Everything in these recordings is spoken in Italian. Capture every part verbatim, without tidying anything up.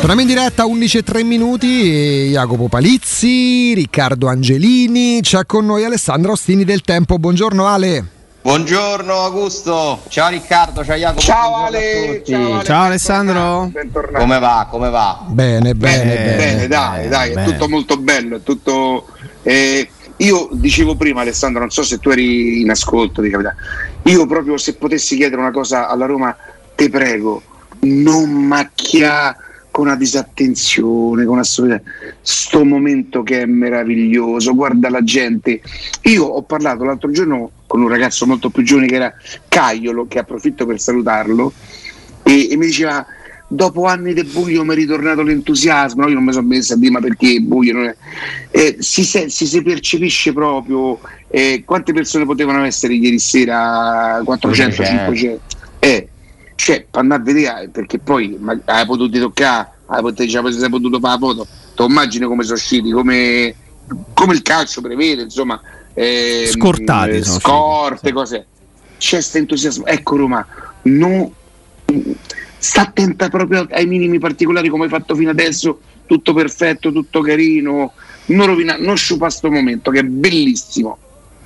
Torniamo in diretta a undici e tre minuti. Jacopo Palizzi, Riccardo Angelini, c'è con noi Alessandro Ostini del Tempo. Buongiorno Ale. Buongiorno Augusto, ciao Riccardo, ciao Jacopo. Ciao Ale, ciao, Ale, ciao Alessandro. Bentornato. Come va? Come va? Bene, bene, bene, bene, bene dai, dai, bene. È tutto molto bello, è tutto eh, io dicevo prima, Alessandro, non so se tu eri in ascolto, di capità. Io proprio, se potessi chiedere una cosa alla Roma, te prego, non macchia con una disattenzione, con assolutamente sto momento che è meraviglioso. Guarda la gente. Io ho parlato l'altro giorno con un ragazzo molto più giovane che era Caiolo, che approfitto per salutarlo, e, e mi diceva: dopo anni di buio mi è ritornato l'entusiasmo. No, io non mi sono messo a dire ma perché buio non è. Eh, si, si, si percepisce proprio. Eh, quante persone potevano essere ieri sera? quattrocento cinquecento eh Cioè, per andare a vedere, perché poi ma, hai potuto toccare, hai potuto, cioè, sei potuto fare la foto, tu immagini come sono usciti, come, come il calcio prevede, insomma, eh, scortati, eh, scorte, cose. C'è questo entusiasmo. Ecco Roma, non, sta attenta proprio ai minimi particolari, come hai fatto fino adesso, tutto perfetto, tutto carino, non rovina, non sciupa sto momento che è bellissimo.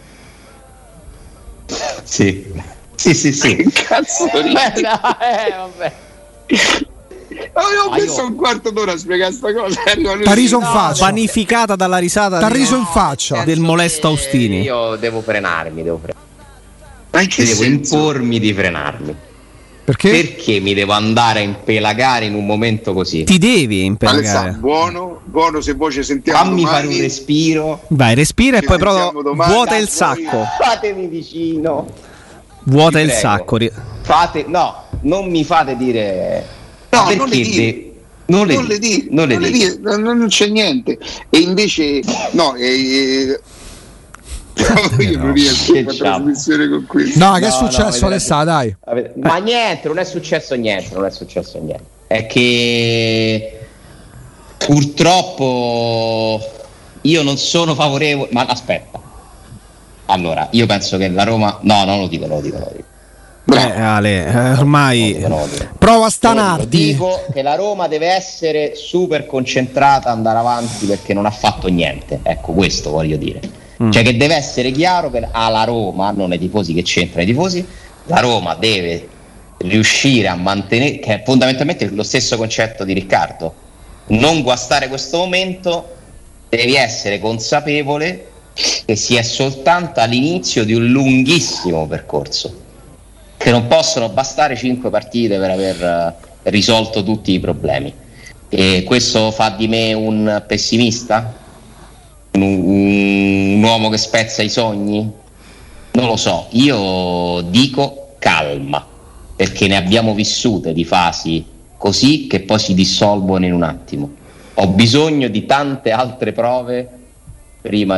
Sì. Sì, sì, sì. Che cazzo ridi? Eh, no, eh, vabbè. Avevo Ma messo io- un quarto d'ora a spiegare sta cosa. T'ha riso in faccia. Panificata dalla risata T'ha di- riso in faccia. del molesto Austini. Io devo frenarmi, devo frenarmi. Ma in che Devo senso? impormi di frenarmi. Perché? Perché mi devo andare a impelagare in un momento così? Ti devi Alessandro, impelagare. buono, buono, se vuoi ci sentiamo Fammi domani. fare un respiro. Vai, respira e Ci poi sentiamo però domani. vuota il Dai, sacco. Fatemi vicino. Vuota Vi il prego. sacco. ri- Fate, no, non mi fate dire. No, perché non le dire. de- non le Non le dico, dire, non le non le dico. dire, non, non c'è niente. E invece, no, eh, eh, io non riesco a Che fare ciao. trasmissione con questo. No, che è No, successo no, vedete- Alessandro, dai. Avete- Ma niente, non è successo niente, non è successo niente. È che purtroppo io non sono favorevole. Ma aspetta. Allora, io penso che la Roma. No, non lo dico, non lo dico, non lo dico. Eh, Ale, eh, ormai Non lo dico. Prova a Io stanarti. dico che la Roma deve essere super concentrata, andare avanti perché non ha fatto niente. Ecco, questo voglio dire. Mm. Cioè che deve essere chiaro per alla Roma, non ai tifosi, che c'entra i tifosi, la Roma deve riuscire a mantenere, che è fondamentalmente lo stesso concetto di Riccardo, non guastare questo momento, devi essere consapevole che si è soltanto all'inizio di un lunghissimo percorso, che non possono bastare cinque partite per aver eh, risolto tutti i problemi. E questo fa di me un pessimista? Un, un, un uomo che spezza i sogni? Non lo so, io dico calma, perché ne abbiamo vissute di fasi così che poi si dissolvono in un attimo. Ho bisogno di tante altre prove prima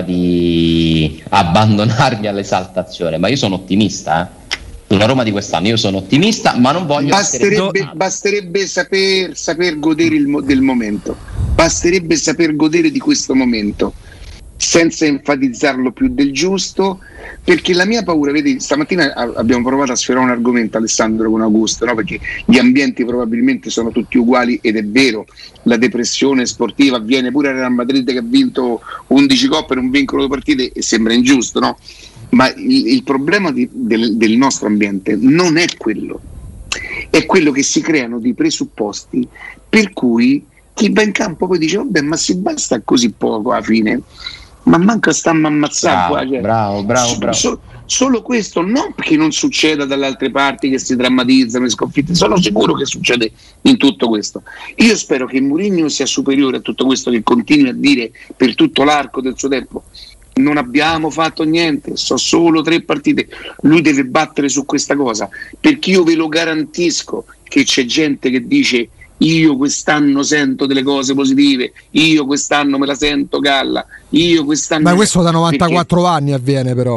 di abbandonarmi all'esaltazione, ma io sono ottimista, eh. Sulla Roma di quest'anno io sono ottimista, ma non voglio essere Basterebbe, basterebbe saper, saper godere il mo- del momento, basterebbe saper godere di questo momento senza enfatizzarlo più del giusto, perché la mia paura, vedi, stamattina a- abbiamo provato a sferrare un argomento, Alessandro, con Augusto, no? Perché gli ambienti probabilmente sono tutti uguali, ed è vero, la depressione sportiva avviene pure al Real Madrid che ha vinto undici coppe e non vincono due partite, e sembra ingiusto, no? Ma il, il problema di- del, del nostro ambiente non è quello, è quello che si creano dei presupposti per cui chi va in campo poi dice vabbè, ma si basta così poco alla fine, ma manca stiamo ammazzando bravo, qua, cioè, bravo, bravo, so- bravo. so- solo questo, non perché non succeda dalle altre parti che si drammatizzano le sconfitte, sono sicuro che succede in tutto questo. Io spero che Mourinho sia superiore a tutto questo, che continui a dire per tutto l'arco del suo tempo non abbiamo fatto niente, so solo tre partite. Lui deve battere su questa cosa, perché io ve lo garantisco che c'è gente che dice io quest'anno sento delle cose positive, io quest'anno me la sento galla, io quest'anno. Ma questo da novantaquattro anni avviene però.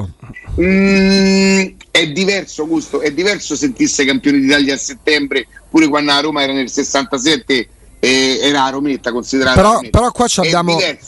Mm, è diverso, Augusto, è diverso sentirsi campioni d'Italia a settembre, pure quando la Roma era nel sessantasette e era a Rometta considerata Però, Rometta. però qua ci È abbiamo diverso.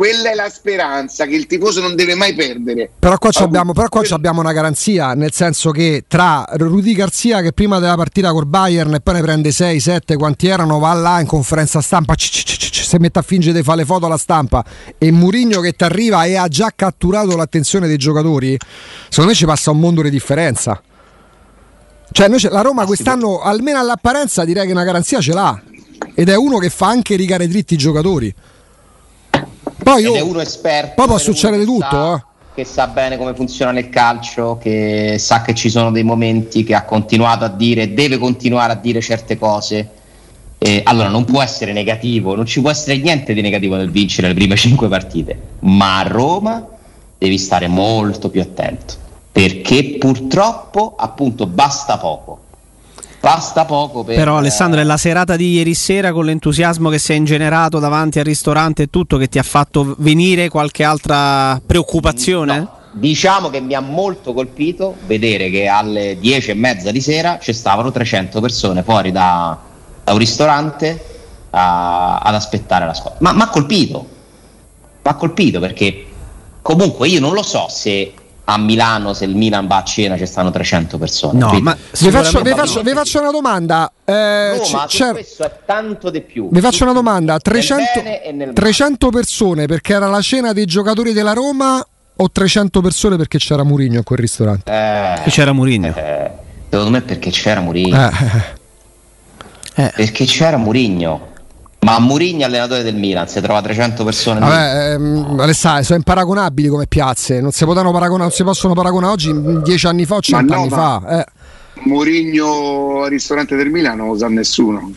quella è la speranza che il tifoso non deve mai perdere. Però qua, abbiamo, però qua abbiamo una garanzia, nel senso che tra Rudy Garcia che prima della partita col Bayern e poi ne prende sei sette quanti erano, va là in conferenza stampa, si mette a fingere di fare le foto alla stampa, e Mourinho che ti arriva e ha già catturato l'attenzione dei giocatori, secondo me ci passa un mondo di differenza. Cioè noi, la Roma quest'anno almeno all'apparenza direi che una garanzia ce l'ha, ed è uno che fa anche rigare dritti i giocatori. Poi Ed oh, è uno esperto, poi può ed è uno succedere che tutto, sa, eh. che sa bene come funziona nel calcio, che sa che ci sono dei momenti, che ha continuato a dire, deve continuare a dire certe cose. Eh, allora non può essere negativo, non ci può essere niente di negativo nel vincere le prime cinque partite, ma a Roma devi stare molto più attento, perché purtroppo appunto basta poco. Basta poco per... Però Alessandro, è la serata di ieri sera con l'entusiasmo che si è ingenerato davanti al ristorante e tutto che ti ha fatto venire qualche altra preoccupazione? No, diciamo che mi ha molto colpito vedere che alle dieci e mezza di sera ci stavano trecento persone fuori da, da un ristorante a, ad aspettare la squadra. Ma mi ha colpito, mi ha colpito perché comunque io non lo so se a Milano, se il Milan va a cena, ci stanno trecento persone. No, quindi, ma vi faccio, vi, faccio, vi faccio una domanda. Eh, Roma, c- c'è, questo è tanto di più. vi faccio una domanda: trecento, nel trecento persone perché era la cena dei giocatori della Roma o trecento persone perché c'era Mourinho in quel ristorante? Eh, c'era Mourinho. Eh, secondo me perché c'era Mourinho. Eh. Eh. Perché c'era Mourinho. Ma Mourinho, allenatore del Milan, se trova trecento persone. Vabbè, ehm, Alessandro, sono imparagonabili come piazze, non si potranno paragonare, non si possono paragonare oggi, dieci anni fa o cento no, anni ma fa. Eh. Mourinho al ristorante del Milano non lo sa nessuno.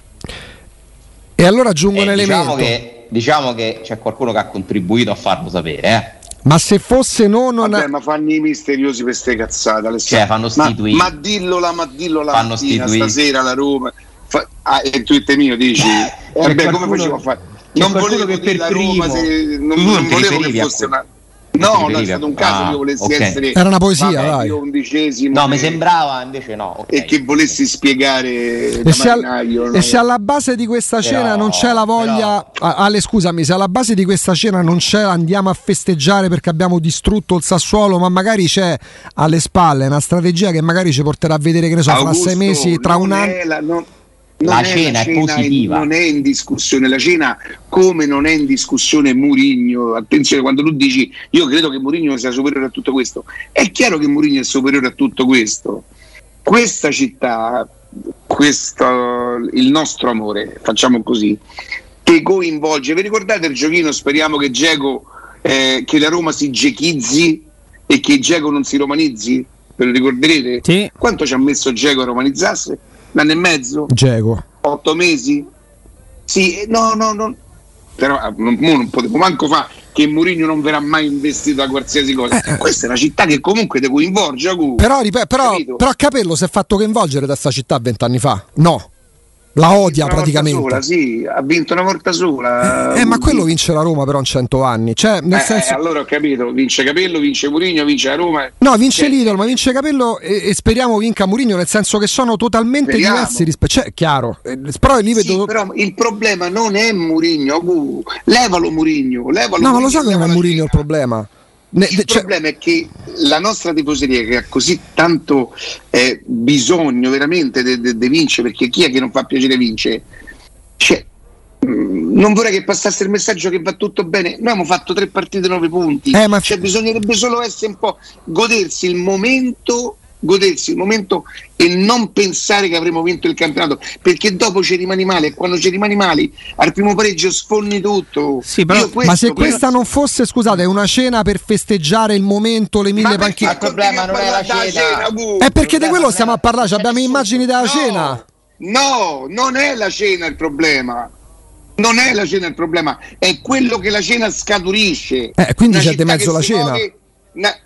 E allora aggiungo un eh, elemento. Diciamo che, diciamo che c'è qualcuno che ha contribuito a farlo sapere, eh. Ma se fosse no, non Vabbè, ma fanno i misteriosi per ste cazzate, Alessandro. Cioè, fanno sti ma, tweet. ma dillo la, ma dillo la Fanno mattina, sti tweet. stasera la Roma. Fa, ah, il tweet è mio, dici? C'è Vabbè, come qualcuno- facevo a fare? c'è Non qualcuno volevo che dire per la Roma, primo- se, non, Tu non non ti volevo che riferivi a fosse quello. una... No, ti no, è riferivi stato a- un caso ah, che io volessi ok. essere... Era una poesia, vabbè, dai. io undicesimo No, mi e- sembrava, invece no. ok. e che volessi spiegare E da se, al- marinaio, e no? se alla base di questa Però- cena non c'è la voglia, però- ah, Ale scusami, se alla base di questa cena non c'è andiamo a festeggiare perché abbiamo distrutto il Sassuolo, ma magari c'è alle spalle una strategia che magari ci porterà a vedere, che ne so, fra Augusto, sei mesi, tra non un anno. è la, non, La non cena è positiva. Non è in discussione la cena, come non è in discussione Mourinho. Attenzione, quando tu dici io credo che Mourinho sia superiore a tutto questo, è chiaro che Mourinho è superiore a tutto questo. Questa città, questo, il nostro amore, facciamo così, che coinvolge. Vi ricordate il giochino? Speriamo che Dzeko, eh, che la Roma si gechizzi e che Dzeko non si romanizzi. Ve lo ricorderete? Sì. Quanto ci ha messo Dzeko a romanizzasse? Un anno e mezzo? Dzeko. Otto mesi? Sì, eh, no, no, no. Però eh, non, mo non potevo manco fare che Mourinho non verrà mai investito da qualsiasi cosa. Eh, eh. Questa è una città che comunque ti coinvolge. Agu. Però, ripet- però, Capito? però Capello si è fatto coinvolgere da sta città vent'anni fa. No, la odia Una volta praticamente. sola, sì, ha vinto una volta sola. Eh, ma quello vince la Roma però in cento anni. Cioè, nel Eh, senso... eh, allora ho capito, vince Capello, vince Mourinho, vince la Roma. No, vince Cioè, l'Idol, ma vince Capello e, e speriamo vinca Mourinho, nel senso che sono totalmente Speriamo. diversi rispetto. Cioè, chiaro. Eh, Però lì Sì, vedo. però il problema non è Mourinho, Agu. Levalo Mourinho, levalo No, ma lo Mourinho, so che non è leva la Mourinho il cena. problema. Ne- Il de- cioè- problema è che la nostra tifoseria, che ha così tanto eh, bisogno veramente di vincere, perché chi è che non fa piacere vince? Cioè, mh, non vorrei che passasse il messaggio che va tutto bene. Noi abbiamo fatto tre partite, nove punti. Eh, ma- Cioè, bisognerebbe solo essere un po', godersi il momento, godersi il momento e non pensare che avremo vinto il campionato, perché dopo ci rimani male, e quando ci rimani male al primo pareggio sfondi tutto. Sì, però- Io questo Ma se penso. questa non fosse, scusate, una cena per festeggiare il momento, le mille Ma panchine. perché Il problema continui a non è la parlare della cena. Agu? È perché di problema quello non stiamo è- a parlare, non è abbiamo nessuno. immagini della No, cena. No, non è la cena il problema. Non è la cena il problema, è quello che la cena scaturisce. Eh, quindi Una c'è di città mezzo che la si cena. muove- na-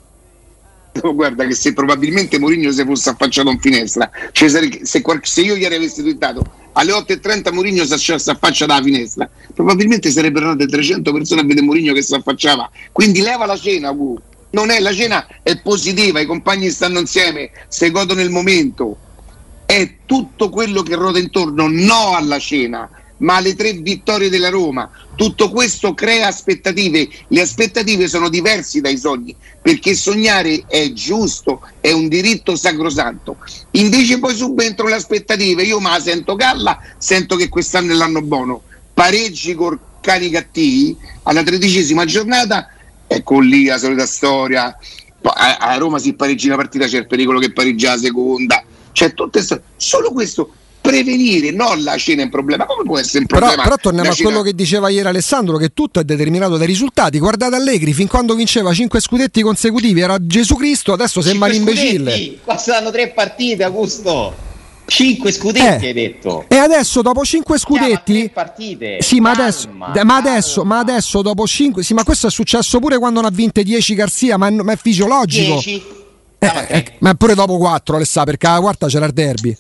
Oh, guarda che se probabilmente Mourinho si fosse affacciato in finestra, cioè se, se, qual- se io gli avrei avessi twittato alle otto e trenta Mourinho si si affaccia dalla finestra, probabilmente sarebbero andate trecento persone a vedere Mourinho che si affacciava. Quindi leva la cena, uh. Non è la cena, è positiva, i compagni stanno insieme, si godono il momento. È tutto quello che ruota intorno, no alla cena, ma le tre vittorie della Roma. Tutto questo crea aspettative, le aspettative sono diverse dai sogni, perché sognare è giusto, è un diritto sacrosanto. Invece poi subentrano le aspettative, io ma sento galla, sento che quest'anno è l'anno buono, pareggi con cani cattivi alla tredicesima giornata, ecco lì la solita storia, a, a Roma si pareggi una partita c'è il pericolo che pareggi la seconda, cioè tutte st- solo questo. Prevenire, non la cena è un problema. Come può essere un problema? Però, però torniamo a cena... quello che diceva ieri Alessandro, che tutto è determinato dai risultati. Guardate Allegri, fin quando vinceva cinque scudetti consecutivi era Gesù Cristo, adesso sembra un imbecille. Qua stanno tre partite, Augusto. Cinque scudetti eh. hai detto. E adesso dopo cinque scudetti tre partite. Sì, ma calma, adesso, ma adesso, ma adesso dopo cinque, sì, ma questo è successo pure quando ne ha vinte dieci Garcia, ma è, ma è fisiologico. dieci Eh, eh, ma pure dopo quattro, Alessandro, perché la quarta c'era il derby.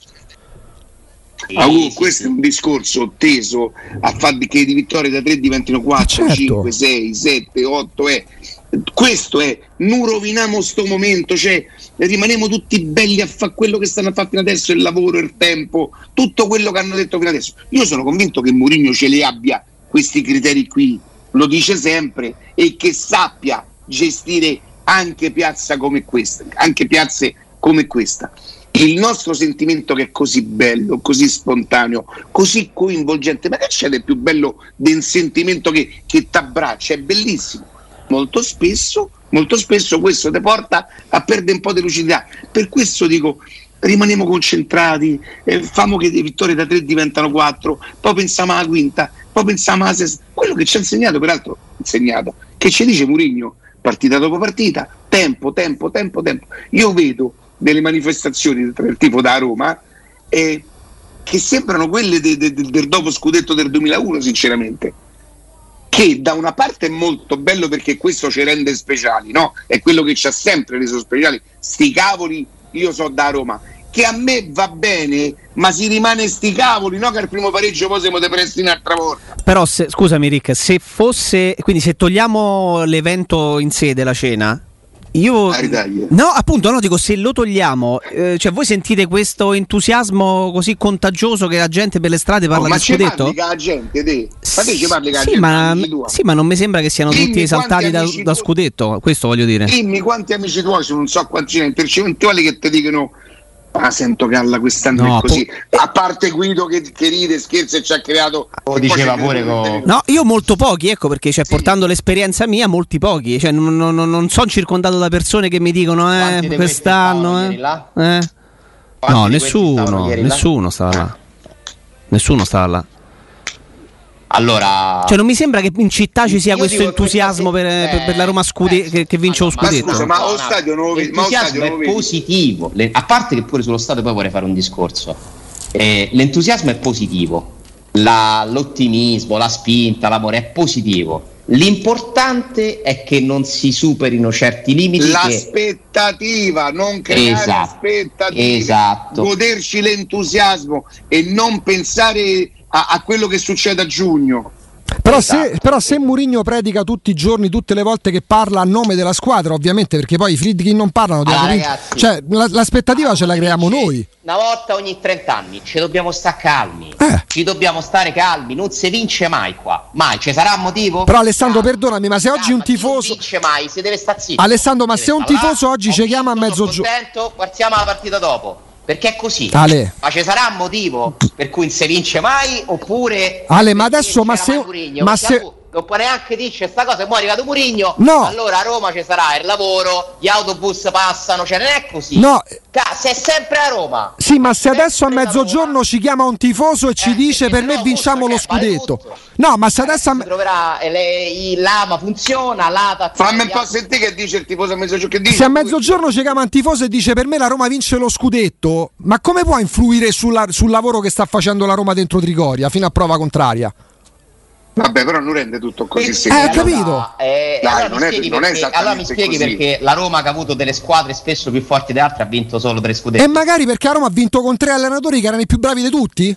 Sì, ah, uh, sì, questo sì. È un discorso teso a far che di vittorie da tre diventino quattro, certo. cinque, sei, sette, otto. Eh. Questo è, non roviniamo sto momento, cioè rimaniamo tutti belli a fare quello che stanno a fare fino adesso, il lavoro, il tempo, tutto quello che hanno detto fino adesso. Io sono convinto che Mourinho ce li abbia questi criteri qui, lo dice sempre, e che sappia gestire anche piazza come questa, anche piazze come questa. Il nostro sentimento che è così bello, così spontaneo, così coinvolgente, ma che c'è del più bello del sentimento che, che t'abbraccia? È bellissimo. Molto spesso, molto spesso questo ti porta a perdere un po' di lucidità. Per questo dico, rimaniamo concentrati, eh, famo che le vittorie da tre diventano quattro, poi pensiamo alla quinta, poi pensiamo alla sesta. Quello che ci ha insegnato, peraltro, insegnato, che ci dice Mourinho, partita dopo partita, tempo, tempo, tempo, tempo. Io vedo delle manifestazioni del tifo da Roma eh, che sembrano quelle de, de, de, del dopo scudetto del duemilauno, sinceramente, che da una parte è molto bello perché questo ci rende speciali, no? È quello che ci ha sempre reso speciali, sti cavoli, io so da Roma, che a me va bene, ma si rimane sti cavoli, no? Che al primo pareggio poi siamo depressi un'altra volta. Però se, scusami Rick, se fosse, quindi se togliamo l'evento in sé della cena, io no, appunto, no, dico, se lo togliamo, eh, cioè voi sentite questo entusiasmo così contagioso che la gente per le strade parla oh, di scudetto? Ma ci parli con la gente, te? Ma te ci parli con la sì, gente, ma, sì, ma non mi sembra che siano dimmi tutti esaltati da, da scudetto, questo voglio dire. Dimmi quanti amici tuoi sono, non so quanti intercettuali che ti dicono ah, sento Galla quest'anno no, è così, po- a parte Guido che, che ride, scherza e ci ha creato, lo diceva pure con... no, io molto pochi, ecco, perché cioè, sì. Portando l'esperienza mia, molti pochi, cioè non, non, non sono circondato da persone che mi dicono eh, quest'anno eh, eh. No, nessuno nessuno stava là, nessuno stava là. Allora, cioè non mi sembra che in città ci sia questo entusiasmo per, eh, per, per la Roma scude- eh, che, che vince allora, lo scudetto. Ma scusa, ma lo stadio non lo vedi? L'entusiasmo è positivo. Le, a parte che pure sullo stadio poi vorrei fare un discorso. Eh, l'entusiasmo è positivo, la, l'ottimismo, la spinta, l'amore è positivo. L'importante è che non si superino certi limiti. L'aspettativa, che... non creare esatto, aspettative, esatto. Goderci l'entusiasmo e non pensare a, a quello che succede a giugno. Però, esatto. se, però se Mourinho predica tutti i giorni, tutte le volte che parla a nome della squadra, ovviamente, perché poi i Friedkin non parlano di allora, ragazzi, cioè la, l'aspettativa allora, ce la creiamo noi. Una volta ogni trent'anni ci dobbiamo stare calmi, eh. ci dobbiamo stare calmi, non si vince mai qua, mai, ci sarà motivo? Però Alessandro, calma, perdonami, ma se calma, oggi un tifoso non vince mai, si deve stare zitto. Alessandro, ma se un tifoso là, oggi ci chiama a mezzogiorno, guardiamo la partita dopo. Perché è così. Ale. Ma ci sarà un motivo per cui non si vince mai? Oppure Ale, ma adesso ma se, ma se... non può neanche dire sta cosa, e poi è arrivato Mourinho, no. Allora a Roma ci sarà il lavoro, gli autobus passano, cioè non è così. No. Se è sempre a Roma. Sì, ma se adesso a mezzogiorno ci chiama un tifoso e ci eh, dice per me vinciamo lo scudetto. No, ma se adesso, adesso a... troverà le, l'ama funziona, l'ata. Fammi un po' sentire che dice il tifoso a mezzogiorno, che dice. Se a mezzogiorno ci chiama un tifoso e dice per me la Roma vince lo scudetto, ma come può influire sulla, sul lavoro che sta facendo la Roma dentro Trigoria fino a prova contraria? Vabbè, però non rende tutto così eh, semplice. Eh, ho capito. Eh, Dai, allora non, mi è, spieghi non perché, è esattamente allora mi spieghi così. Perché la Roma, che ha avuto delle squadre spesso più forti di altre, ha vinto solo tre scudetti. E magari perché la Roma ha vinto con tre allenatori che erano i più bravi di tutti?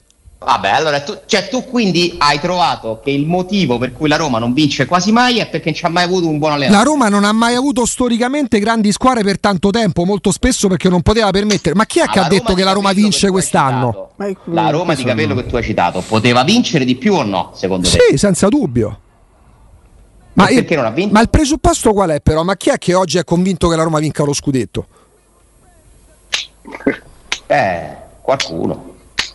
Vabbè, allora tu, cioè, tu quindi hai trovato che il motivo per cui la Roma non vince quasi mai è perché non ci ha mai avuto un buon allenatore. La Roma non ha mai avuto storicamente grandi squadre per tanto tempo, molto spesso perché non poteva permettere. Ma chi è Ma che ha detto che la Roma vince quest'anno? La Roma di Capello che tu hai citato poteva vincere di più o no, secondo te? Sì, senza dubbio. Ma, il, non ha vinto? Ma il presupposto qual è però? Ma chi è che oggi è convinto che la Roma vinca lo scudetto? Eh, qualcuno.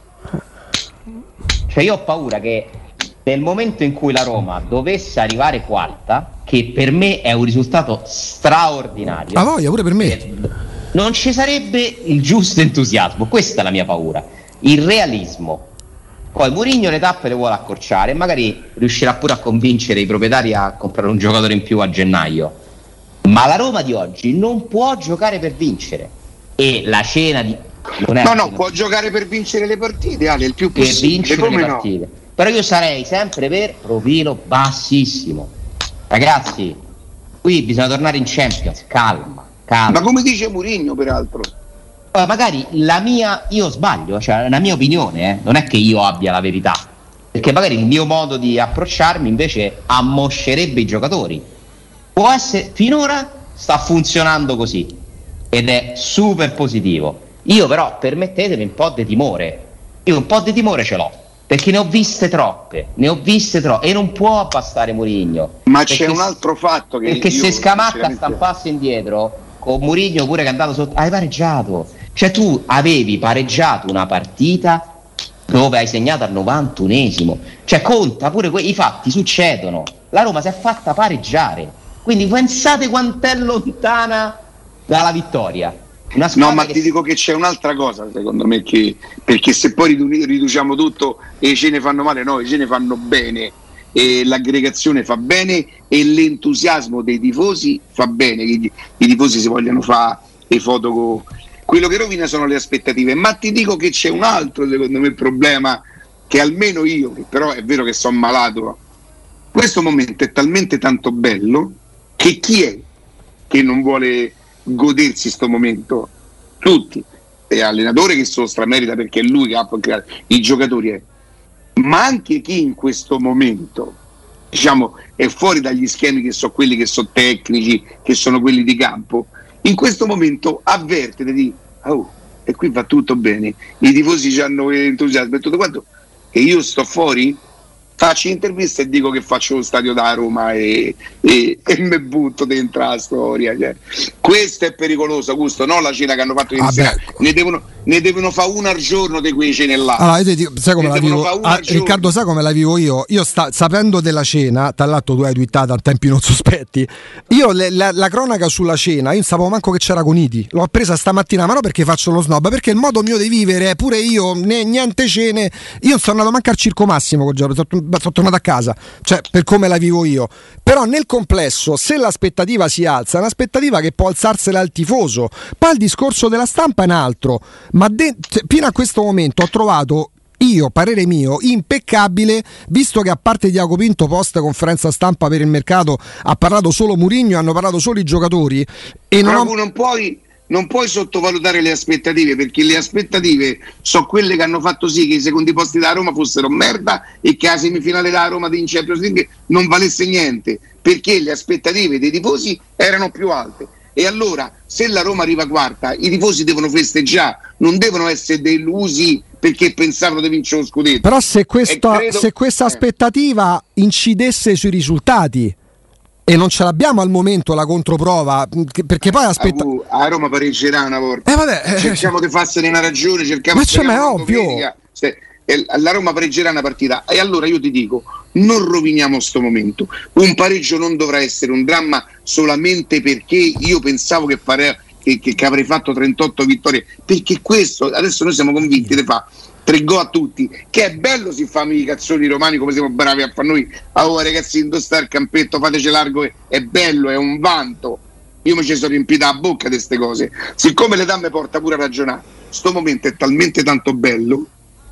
Cioè io ho paura che nel momento in cui la Roma dovesse arrivare quarta, che per me è un risultato straordinario, ah voglia, pure per me, non ci sarebbe il giusto entusiasmo. Questa è la mia paura, il realismo. Poi Mourinho le tappe le vuole accorciare e magari riuscirà pure a convincere i proprietari a comprare un giocatore in più a gennaio, ma la Roma di oggi non può giocare per vincere. E la cena di non è no no può giocare per vincere le partite, Ale, il più per possibile, vincere come le no? partite. Però io sarei sempre per profilo bassissimo, ragazzi. Qui bisogna tornare in Champions, calma, calma. Ma come dice Mourinho, peraltro, poi magari la mia, io sbaglio, cioè la mia opinione, eh, non è che io abbia la verità, perché magari il mio modo di approcciarmi invece ammoscerebbe i giocatori. Può essere, finora sta funzionando così ed è super positivo. Io però, permettetemi, un po' di timore. Io un po' di timore ce l'ho, perché ne ho viste troppe, ne ho viste troppe e non può bastare Mourinho. Ma c'è un altro fatto che perché io, se Scamacca sta un passo indietro, con Mourinho pure che è andato sotto, hai pareggiato. Cioè tu avevi pareggiato una partita dove hai segnato al novantunesimo. Cioè conta pure que- i fatti succedono. La Roma si è fatta pareggiare. Quindi pensate quant'è lontana dalla vittoria. No, ma che... ti dico che c'è un'altra cosa secondo me, che perché se poi ridu- riduciamo tutto e i cene fanno male, no, i cene fanno bene e l'aggregazione fa bene e l'entusiasmo dei tifosi fa bene, i, i tifosi si vogliono fare le foto con... quello che rovina sono le aspettative. Ma ti dico che c'è un altro secondo me problema, che almeno io, che però è vero che sono malato, questo momento è talmente tanto bello che chi è che non vuole godersi sto momento? Tutti, e allenatore che se lo stramerita perché è lui che ha creato i giocatori, è. Ma anche chi in questo momento, diciamo, è fuori dagli schemi che sono quelli che sono tecnici, che sono quelli di campo, in questo momento avverte di oh, e qui va tutto bene, i tifosi hanno entusiasmo e tutto quanto, e io sto fuori, faccio interviste e dico che faccio lo stadio da Roma e, e, e mi butto dentro la storia, cioè. Questo è pericoloso, Augusto, no la cena che hanno fatto ieri sera, ne devono, ne devono fare una al giorno di quei cene là. Allora, io ti, sai come la vivo? Ah, Riccardo, sai come la vivo io? Io sta, sapendo della cena, tra l'altro tu hai twittato a tempi non sospetti, io le, la, la cronaca sulla cena, io non sapevo manco che c'era Coniti, l'ho presa stamattina, ma non perché faccio lo snob, perché il modo mio di vivere, pure io, ne, niente cene, io sono andato manco al Circo Massimo quel giorno, sono tornato a casa, cioè per come la vivo io. Però nel complesso, se l'aspettativa si alza, è un'aspettativa che può alzarsela al tifoso. Poi il discorso della stampa è un altro, ma de- fino a questo momento ho trovato, io, parere mio, impeccabile, visto che a parte Diaco Pinto post conferenza stampa per il mercato ha parlato solo Mourinho, hanno parlato solo i giocatori e non, ho... non puoi non puoi sottovalutare le aspettative, perché le aspettative sono quelle che hanno fatto sì che i secondi posti da Roma fossero merda e che la semifinale da Roma di Champions League non valesse niente, perché le aspettative dei tifosi erano più alte. E allora, se la Roma arriva quarta, i tifosi devono festeggiare, non devono essere delusi perché pensavano di vincere lo scudetto. Però se, questa, credo... se questa aspettativa incidesse sui risultati, e non ce l'abbiamo al momento la controprova, perché poi aspetta, a Roma pareggerà una volta, eh, vabbè, cerchiamo di farsene una ragione, cerchiamo ma c'è, ma è ovvio, se, eh, la Roma pareggerà una partita, e allora io ti dico, non roviniamo sto momento. Un pareggio non dovrà essere un dramma solamente perché io pensavo che, fare, che, che, che avrei fatto trentotto vittorie, perché questo adesso noi siamo convinti di fare tre gol a tutti, che è bello si fanno i cazzoni romani come siamo bravi a fare noi. Allora ragazzi, indossare il campetto, fateci largo, è bello, è un vanto. Io mi ci sono riempita la bocca di queste cose, siccome l'età mi porta pure a ragionare. Sto momento è talmente tanto bello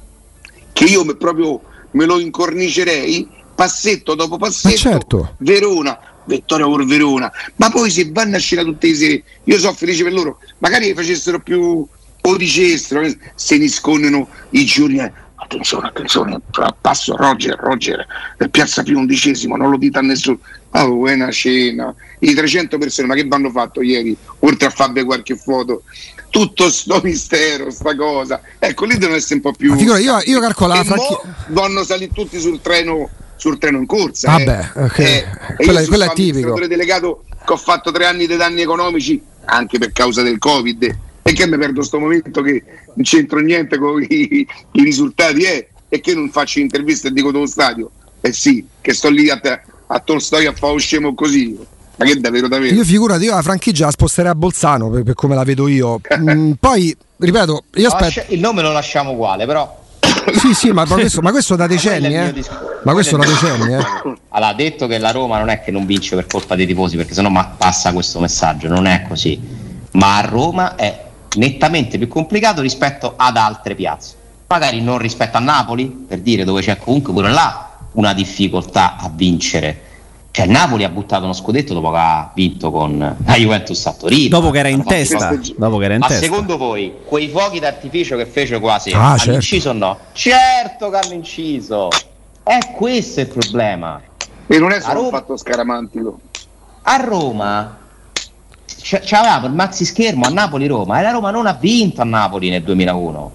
che io me, proprio me lo incornicerei passetto dopo passetto. Certo. Verona, vittoria per Verona, ma poi se vanno a scena tutte le sere, io sono felice per loro, magari facessero più o dicessero, se ne scondono i giorni, attenzione, attenzione, passo Roger, Roger, piazza più undicesimo, non lo dite a nessuno. Oh, è una scena, i trecento persone, ma che vanno fatto ieri? Oltre a farvi qualche foto, tutto sto mistero, sta cosa. Ecco, lì devono essere un po' più. Figura, io, io calcolo la franchi... vanno salire tutti sul treno, sul treno in corsa. Vabbè, eh. okay. eh, quella, quello è tipico. Io delegato che ho fatto tre anni di danni economici anche per causa del Covid. E che mi perdo sto momento che non c'entro niente con i, i risultati eh, e che non faccio interviste e dico dello stadio. Eh sì, che sto lì a, a Tolstoi a fare scemo così. Ma che davvero davvero? Io figurati, io la franchigia la sposterei a Bolzano per, per come la vedo io. mm, Poi, ripeto, io aspetto. Il nome lo lasciamo uguale, però. Sì, sì, ma questo, ma questo da decenni, eh. Ma questo da decenni, eh. Allora, ha detto che la Roma non è che non vince per colpa dei tifosi, perché sennò ma passa questo messaggio, non è così. Ma a Roma è nettamente più complicato rispetto ad altre piazze, magari non rispetto a Napoli, per dire, dove c'è comunque pure là una difficoltà a vincere. Cioè Napoli ha buttato uno scudetto dopo che ha vinto con la Juventus a Torino, dopo che era in testa, dopo che era in ma testa. Secondo voi quei fuochi d'artificio che fece quasi ah, hanno certo. inciso o no? Certo che hanno inciso, è questo il problema. E non è solo Roma... un fatto scaramantico. A Roma c'aveva il maxi schermo a Napoli-Roma e la Roma non ha vinto a Napoli nel duemilauno.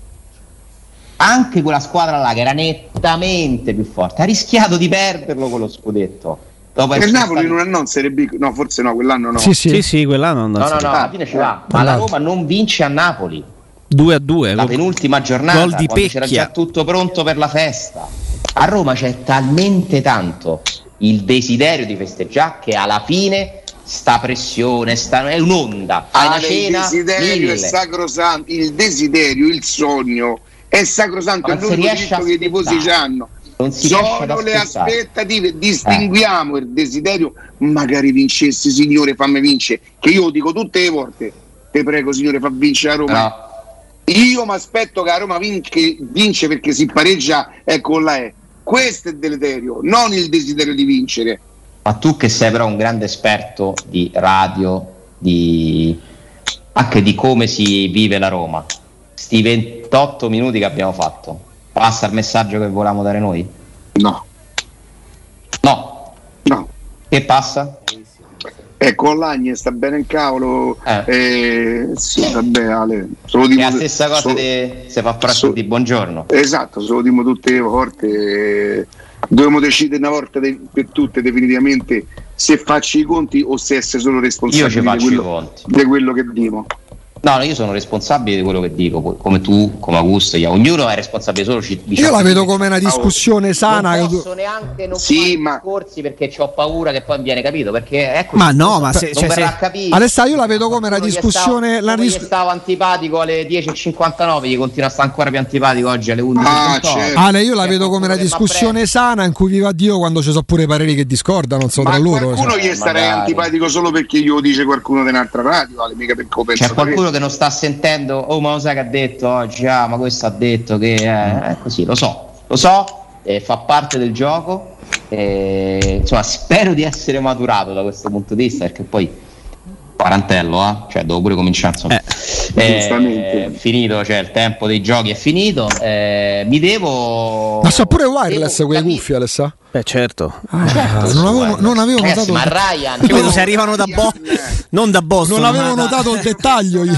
Anche quella squadra là che era nettamente più forte ha rischiato di perderlo con lo scudetto. Dopo il Napoli stati... non ha non Serie B, no, forse no, quell'anno no. Sì, sì, sì, sì quell'anno non no, no, no, alla fine ci va. Ma la Roma non vince a Napoli. due a due La penultima giornata, gol di quando c'era già tutto pronto per la festa. A Roma c'è talmente tanto il desiderio di festeggiare che alla fine sta pressione, sta, è un'onda. Fai una cena, il desiderio mille. è sacrosanto, il desiderio, il sogno è sacrosanto, è l'unico diritto che i tifosi hanno. Non si sono le aspettative, distinguiamo eh. il desiderio. Magari vincessi, signore, fammi vincere, che io dico tutte le volte, te prego signore, fa vincere la Roma. No. Io mi aspetto che la Roma vince, vince perché si pareggia, ecco là è. Questo è il deleterio, non il desiderio di vincere. Ma tu che sei però un grande esperto di radio, di anche di come si vive la Roma, sti ventotto minuti che abbiamo fatto, passa il messaggio che volevamo dare noi? No. No. No. Che passa? Ecco, Olagne sta bene in cavolo. Eh. Eh, sì, vabbè, Ale. Solo è la stessa cosa so, se fa pratica di buongiorno. Esatto, se lo dimo tutte le volte. Eh, dobbiamo decidere una volta de- per tutte definitivamente se faccio i conti o se essere solo responsabile io ci faccio di, quello, i conti. di quello che dico. No, no, io sono responsabile di quello che dico, come tu, come Augusto, io. Ognuno è responsabile solo di Io la vedo come una discussione sana. Non posso neanche non sì, fare ma... discorsi perché ho paura che poi viene capito, perché ecco, ma no, ma se, non cioè, verrà se... capito. Alessà, io la vedo come una discussione. Stavo, la dis... stavo antipatico alle dieci e cinquantanove, gli continua a stare ancora più antipatico oggi alle undici e trentotto. Ah, certo. Ale, io la vedo come una discussione sana in cui viva Dio quando ci sono pure pareri che discordano, non so ma tra loro. Qualcuno cioè. gli starei magari. antipatico solo perché glielo dice qualcuno di un'altra radio, Ale, mica per come c'è qualcuno che non sta sentendo. Oh, ma lo sai che ha detto oggi? Ah, ma questo ha detto che è eh, così, lo so, lo so, eh, fa parte del gioco. Eh, insomma, spero di essere maturato da questo punto di vista, perché poi quarantello, eh? Cioè devo pure cominciare, insomma. Eh, eh, finito, cioè il tempo dei giochi è finito. Eh, mi devo. Ma so pure wireless quelle cuffie, Alessà? Beh, certo. Ah, certo non, avevo, non avevo Ragazzi, notato. Ma Ryan, io vedo se arrivano da Boston, non da Boston. Non avevo da... notato il dettaglio. Io.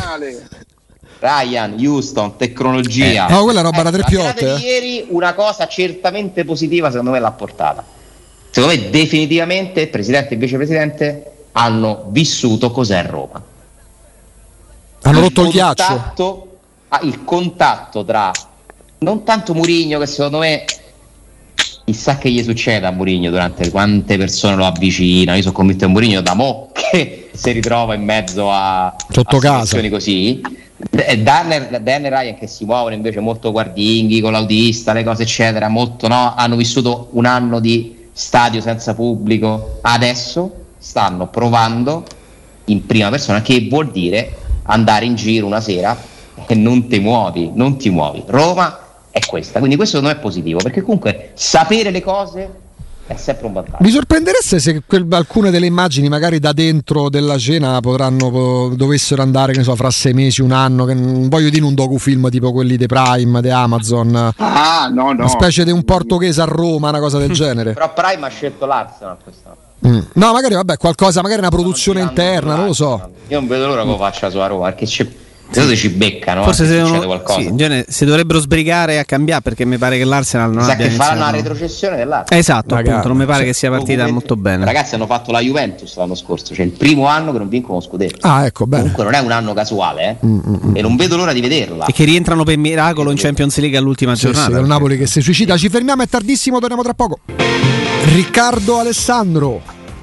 Ryan, Houston, tecnologia. Eh, no, quella roba da ecco, tre piotte. Eh. Ieri una cosa certamente positiva, secondo me, l'ha portata. Secondo me, definitivamente, il presidente e il vicepresidente hanno vissuto cos'è Roma. Hanno il rotto il ghiaccio. Ah, il contatto tra non tanto Mourinho, che secondo me chissà che gli succede a Mourinho durante quante persone lo avvicinano. Io sono convinto che Mourinho da mo' che si ritrova in mezzo a, sotto a casa situazioni così. Dan e Ryan che si muovono invece molto guardinghi con l'autista, le cose eccetera, molto no, hanno vissuto un anno di stadio senza pubblico, adesso stanno provando in prima persona che vuol dire andare in giro una sera e non ti muovi, non ti muovi. Roma è questa, quindi questo non è positivo, perché comunque sapere le cose è sempre un vantaggio. Mi sorprendereste se quel, alcune delle immagini magari da dentro della cena potranno dovessero andare, che ne so, fra sei mesi, un anno, che non voglio dire un docufilm tipo quelli di Prime, di Amazon, ah no no una specie di un portoghese a Roma, una cosa del genere. Però Prime ha scelto l'Arsenal quest'anno. Mm. No, magari vabbè, qualcosa, magari una produzione interna, non lo so. Io non vedo l'ora che lo faccia su a Roma, perché c'è Sì. ci beccano, forse se succede non, qualcosa. Sì, in genere si dovrebbero sbrigare a cambiare, perché mi pare che l'Arsenal non sa abbia che iniziato. faranno una retrocessione dell'Arsenal. Esatto, Ragazzi, appunto, non mi pare sì. che sia partita Comunque, molto bene. Ragazzi, hanno fatto la Juventus l'anno scorso, cioè il primo anno che non vincono uno scudetto. Ah, ecco, bene. Comunque non è un anno casuale, eh? mm, mm, e non vedo l'ora di vederla. E che rientrano per miracolo in Champions League all'ultima sì, giornata. Sì, il Napoli che si suicida. Ci fermiamo, è tardissimo, torniamo tra poco. Riccardo Alessandro.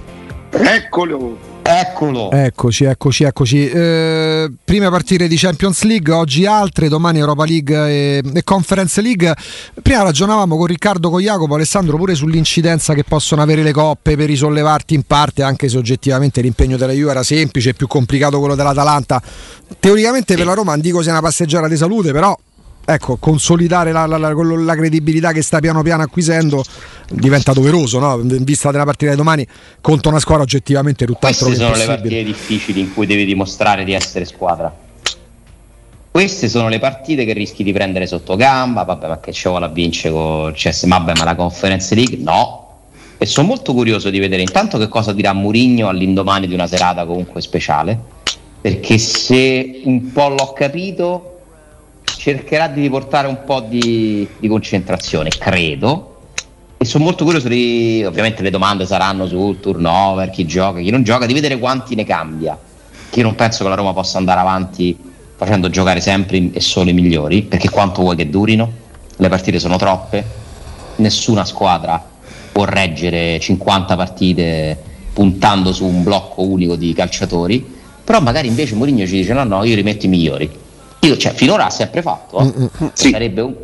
Eccolo. Eccolo. Eccoci, eccoci, eccoci. Eh, prime partite di Champions League, oggi altre, domani Europa League e, e Conference League. Prima ragionavamo con Riccardo, con Jacopo, Alessandro, pure sull'incidenza che possono avere le coppe per risollevarti in parte, anche se oggettivamente l'impegno della Juve era semplice, è più complicato quello dell'Atalanta. Teoricamente per la Roma non dico sia una passeggiata di salute, però ecco, consolidare la, la, la, la credibilità che sta piano piano acquisendo diventa doveroso, no? In vista della partita di domani contro una squadra oggettivamente tutt'altro che queste sono le possibile. partite difficili in cui devi dimostrare di essere squadra. Queste sono le partite che rischi di prendere sotto gamba. Vabbè, ma che ci vuole a vincere con C S? Vabbè, ma la Conference League no. E sono molto curioso di vedere intanto che cosa dirà Mourinho all'indomani di una serata comunque speciale, perché se un po' l'ho capito cercherà di riportare un po' di, di concentrazione, credo, e sono molto curioso di, ovviamente le domande saranno sul turnover, chi gioca, chi non gioca, di vedere quanti ne cambia, che io non penso che la Roma possa andare avanti facendo giocare sempre e solo i migliori, perché quanto vuoi che durino, le partite sono troppe, nessuna squadra può reggere cinquanta partite puntando su un blocco unico di calciatori, però magari invece Mourinho ci dice no no, io rimetto i migliori. Io, cioè, finora ha sempre fatto, eh? mm-hmm. sì. Sarebbe un...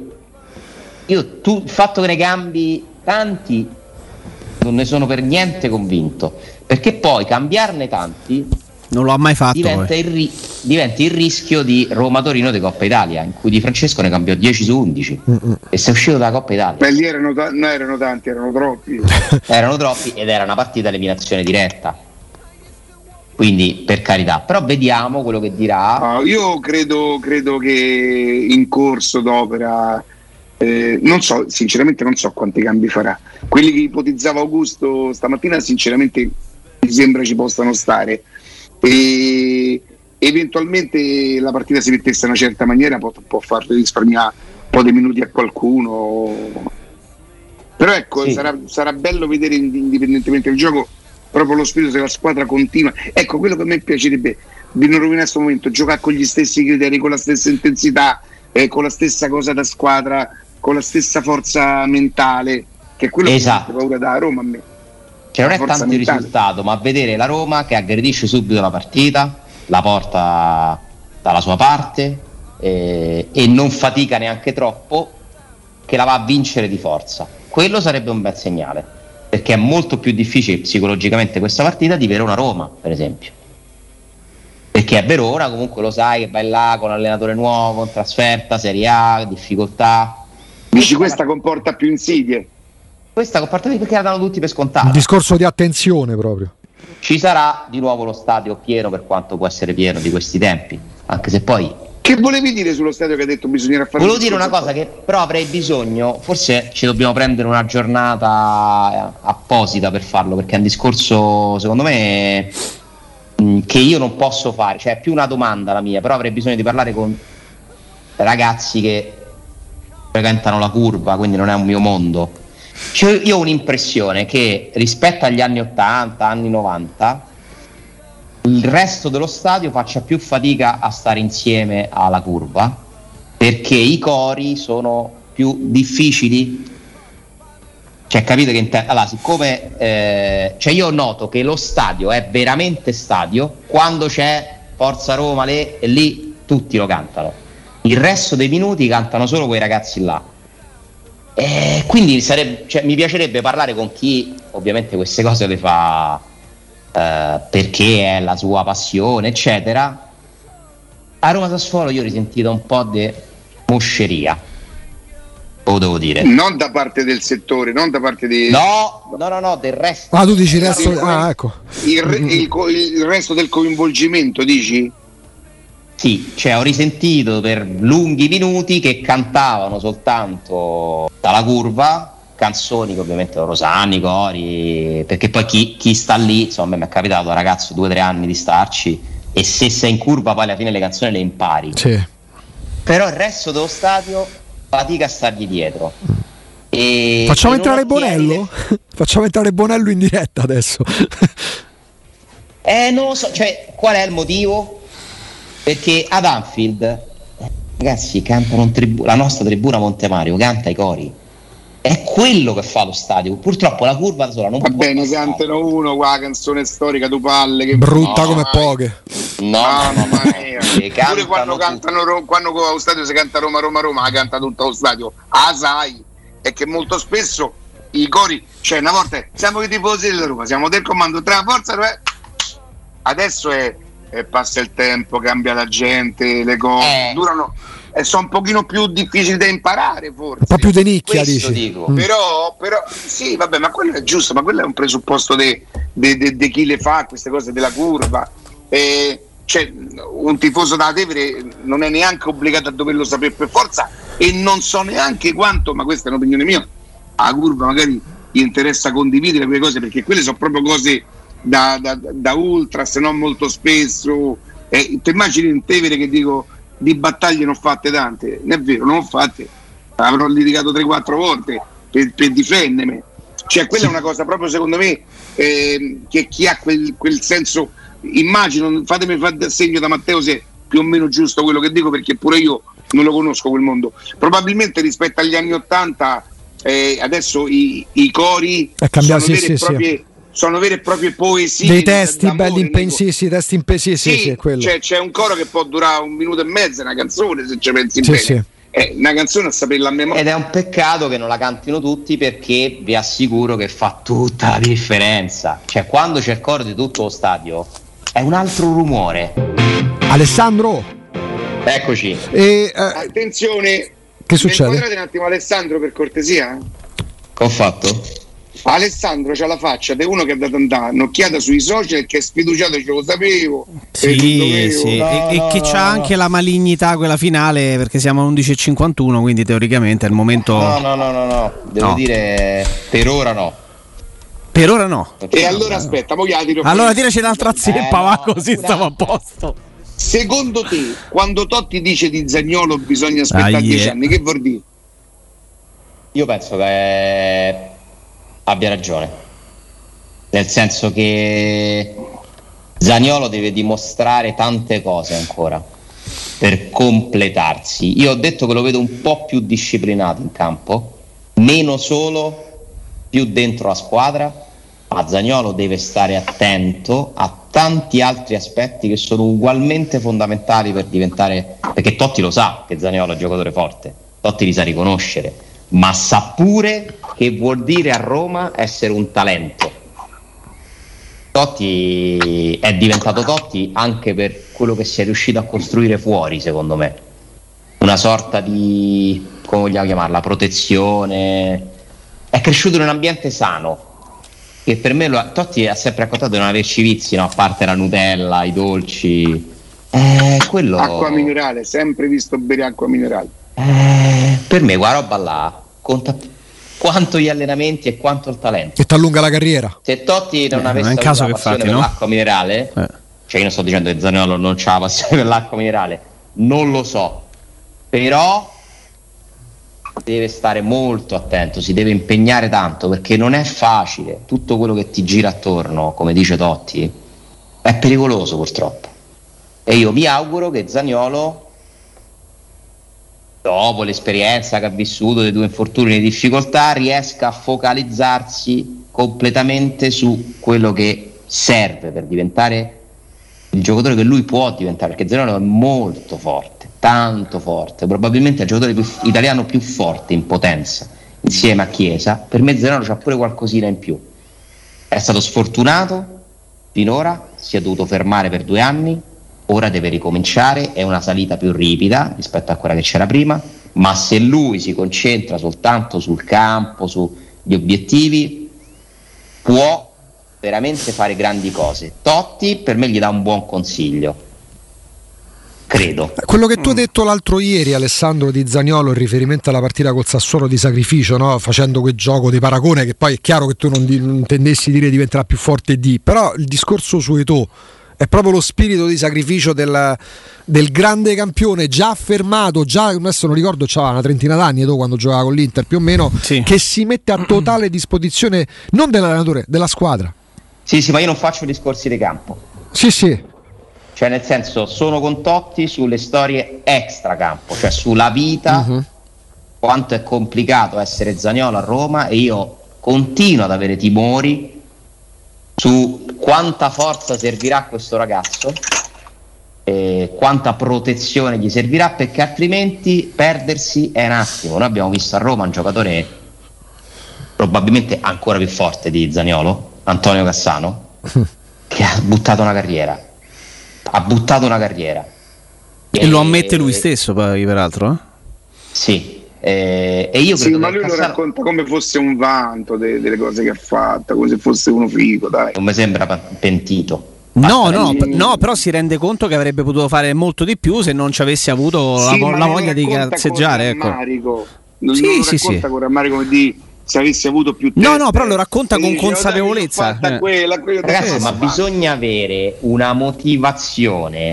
Io tu, il fatto che ne cambi tanti non ne sono per niente convinto, perché poi cambiarne tanti non lo ha mai fatto, diventa il, ri- diventa il rischio di Roma-Torino di Coppa Italia, in cui Di Francesco ne cambiò dieci su undici mm-hmm. e si è uscito dalla Coppa Italia. Beh, lì erano, ta- no, erano tanti, erano troppi erano troppi ed era una partita a eliminazione diretta, quindi per carità, però vediamo quello che dirà. No, io credo, credo che in corso d'opera eh, non so, sinceramente non so quanti cambi farà. Quelli che ipotizzava Augusto stamattina sinceramente mi sembra ci possano stare, e eventualmente la partita si mettesse in una certa maniera può, può far risparmiare un po' di minuti a qualcuno, però ecco sì. sarà, sarà bello vedere indipendentemente dal gioco proprio lo spirito della squadra continua. Ecco, quello che a me piacerebbe di non rovinare questo momento, giocare con gli stessi criteri, con la stessa intensità, eh, con la stessa cosa da squadra, con la stessa forza mentale, che è quello esatto. che ho paura da Roma a me. Cioè non è tanto mentale. Il risultato, ma vedere la Roma che aggredisce subito la partita, la porta dalla sua parte eh, e non fatica neanche troppo, che la va a vincere di forza. Quello sarebbe un bel segnale, perché è molto più difficile psicologicamente questa partita di Verona Roma, per esempio, perché a Verona comunque lo sai che vai là con allenatore nuovo, in trasferta, Serie A, difficoltà. Dici questa comporta più insidie? Questa comporta più perché la danno tutti per scontata. Un discorso di attenzione proprio. Ci sarà di nuovo lo stadio pieno, per quanto può essere pieno di questi tempi, anche se poi... Che volevi dire sullo stadio che hai detto bisognerà fare? Volevo dire una cosa che però avrei bisogno, forse ci dobbiamo prendere una giornata apposita per farlo, perché è un discorso secondo me mh, che io non posso fare, cioè è più una domanda la mia, però avrei bisogno di parlare con ragazzi che frequentano la curva, quindi non è un mio mondo. Cioè, io ho un'impressione che rispetto agli anni ottanta, anni novanta, il resto dello stadio faccia più fatica a stare insieme alla curva, perché i cori sono più difficili. Cioè, capite che inter- allora, siccome eh, cioè io noto che lo stadio è veramente stadio quando c'è Forza Roma lì, e lì tutti lo cantano, il resto dei minuti cantano solo quei ragazzi là. E quindi sarebbe, cioè, mi piacerebbe parlare con chi ovviamente queste cose le fa Uh, perché è la sua passione eccetera. A Roma Sassuolo io ho risentito un po' di mosceria, o devo dire? Non da parte del settore, non da parte di... No, no, no, no, del resto. Ah, tu dici il resto... Ah, ecco. Il, re... il, co... il resto del coinvolgimento, dici? Sì, cioè ho risentito per lunghi minuti che cantavano soltanto dalla curva canzoni che ovviamente loro sanno, i cori, perché poi chi, chi sta lì, insomma, mi è capitato da ragazzo due o tre anni di starci, e se sei in curva poi alla fine le canzoni le impari. Sì. Però il resto dello stadio fatica a stargli dietro. E facciamo e entrare Bonello? Le... facciamo entrare Bonello in diretta adesso. eh non lo so, cioè qual è il motivo? Perché ad Anfield, ragazzi, cantano un tribu- la nostra tribuna Montemario canta i cori, è quello che fa lo stadio. Purtroppo la curva da sola non va può bene, passare. Cantano uno qua, canzone storica tu palle che brutta no, come mai. poche. No, no, no, pure quando cantano Ro- quando allo stadio si canta Roma Roma Roma, la canta tutto lo stadio. Ah, sai, è che molto spesso i cori, cioè una volta siamo i tifosi della Roma, siamo del comando tra forza, adesso è e passa il tempo, cambia la gente, le cose eh. durano e sono un pochino più difficili da imparare, forse un po' più di nicchia, dici. Dico. Mm. però, però sì, vabbè, ma quello è giusto, ma quello è un presupposto di chi le fa queste cose della curva, e, cioè, un tifoso da Tevere non è neanche obbligato a doverlo sapere per forza, e non so neanche quanto, ma questa è un'opinione mia, a curva magari gli interessa condividere quelle cose, perché quelle sono proprio cose Da, da, da ultra, se non molto spesso. Eh, ti immagini in Tevere che dico di battaglie non fatte tante? Non è vero, non ho fatte, avrò litigato tre quattro volte per, per difendermi. Cioè, quella è una cosa proprio secondo me eh, che chi ha quel, quel senso, immagino, fatemi fare segno da Matteo se è più o meno giusto quello che dico, perché pure io non lo conosco quel mondo. Probabilmente rispetto agli anni ottanta eh, adesso i, i cori sono sì, vere sì, e proprie sì. sono vere e proprie poesie, dei testi belli impensisi, testi impensisi, sì, sì, sì, quello. Cioè, c'è un coro che può durare un minuto e mezzo, una canzone, se ci pensi sì, bene. Sì. È una canzone a saperla a memoria. Ed è un peccato che non la cantino tutti, perché vi assicuro che fa tutta la differenza. Cioè, quando c'è il coro di tutto lo stadio è un altro rumore. Alessandro, eccoci. E, eh, attenzione, che succede? inquadrate un attimo Alessandro, per cortesia. Che ho fatto? Alessandro c'ha la faccia di uno che ha dato un'occhiata sui social, che è sfiduciato, ce lo sapevo. Sì, sì. No, e, no, e che no, c'ha no. anche la malignità quella finale, perché siamo alle undici e cinquantuno, quindi teoricamente è il momento. No, no, no, no, no. Devo No. dire per ora no. Per ora no. E allora aspetta, mo gliela tiro Allora fuori. tiraci un'altra zeppa, Eh, va, no, così pure- stiamo a posto. Secondo te, quando Totti dice di Zaniolo bisogna aspettare Ah, dieci yeah. anni, che vuol dire? Io penso che abbia ragione. Nel senso che Zaniolo deve dimostrare tante cose ancora per completarsi. Io ho detto che lo vedo un po' più disciplinato in campo, meno solo, più dentro la squadra, ma Zaniolo deve stare attento a tanti altri aspetti che sono ugualmente fondamentali per diventare, perché Totti lo sa che Zaniolo è un giocatore forte, Totti li sa riconoscere, ma sa pure che vuol dire a Roma essere un talento. Totti è diventato Totti anche per quello che si è riuscito a costruire fuori, secondo me, una sorta di, come vogliamo chiamarla, protezione. È cresciuto in un ambiente sano, che per me lo, Totti ha sempre raccontato di non averci vizi, no? A parte la Nutella, i dolci, eh, quello... Acqua minerale, sempre visto bere acqua minerale. Eh, per me quella roba là conta più quanto gli allenamenti e quanto il talento. Che ti allunga la carriera. Se Totti non Eh, avesse ma in avuto caso la che passione fatti, per no? l'acqua minerale, Eh. cioè io non sto dicendo che Zaniolo non c'ha la passione per l'acqua minerale, non lo so, però deve stare molto attento, si deve impegnare tanto, perché non è facile, tutto quello che ti gira attorno, come dice Totti, è pericoloso purtroppo, e io mi auguro che Zaniolo, dopo l'esperienza che ha vissuto dei due infortuni e le difficoltà, riesca a focalizzarsi completamente su quello che serve per diventare il giocatore che lui può diventare, perché Zaniolo è molto forte, tanto forte, probabilmente è il giocatore più, italiano più forte in potenza insieme a Chiesa. Per me Zaniolo c'ha pure qualcosina in più, è stato sfortunato finora, si è dovuto fermare per due anni, ora deve ricominciare, è una salita più ripida rispetto a quella che c'era prima, ma se lui si concentra soltanto sul campo, sugli obiettivi, può veramente fare grandi cose. Totti per me gli dà un buon consiglio, credo. Quello che tu hai detto l'altro ieri, Alessandro, di Zaniolo in riferimento alla partita col Sassuolo di sacrificio, no? Facendo quel gioco di paragone che poi è chiaro che tu non, di, non intendessi dire diventerà più forte di, però il discorso su Eto'o è proprio lo spirito di sacrificio del, del grande campione già affermato, già adesso non ricordo, c'aveva una trentina d'anni Eto'o quando giocava con l'Inter più o meno, sì, che si mette a totale disposizione non dell'allenatore, della squadra. Sì, sì, ma io non faccio discorsi di campo. Sì, sì. Cioè nel senso, sono con Totti sulle storie extracampo, cioè sulla vita, uh-huh. quanto è complicato essere Zaniolo a Roma, e io continuo ad avere timori su quanta forza servirà a questo ragazzo, eh, quanta protezione gli servirà, perché altrimenti perdersi è un attimo. Noi abbiamo visto a Roma un giocatore probabilmente ancora più forte di Zaniolo, Antonio Cassano, che ha buttato una carriera. Ha buttato una carriera e, e lo ammette lui stesso, poi, peraltro. Eh? Sì, eh, e io sì, credo ma che lui Cassano... lo racconta come fosse un vanto de- delle cose che ha fatto, come se fosse uno figo, dai. Non mi sembra pentito. No, no, p- no, però si rende conto che avrebbe potuto fare molto di più se non ci avesse avuto sì, la, la voglia di cazzeggiare. Ecco. Non, sì, non sì, racconta sì. con rammarico come di se avessi avuto più tempo. No, no, però lo racconta con consapevolezza. Eh. Quella, quella Ragazzi, ma fa. bisogna avere una motivazione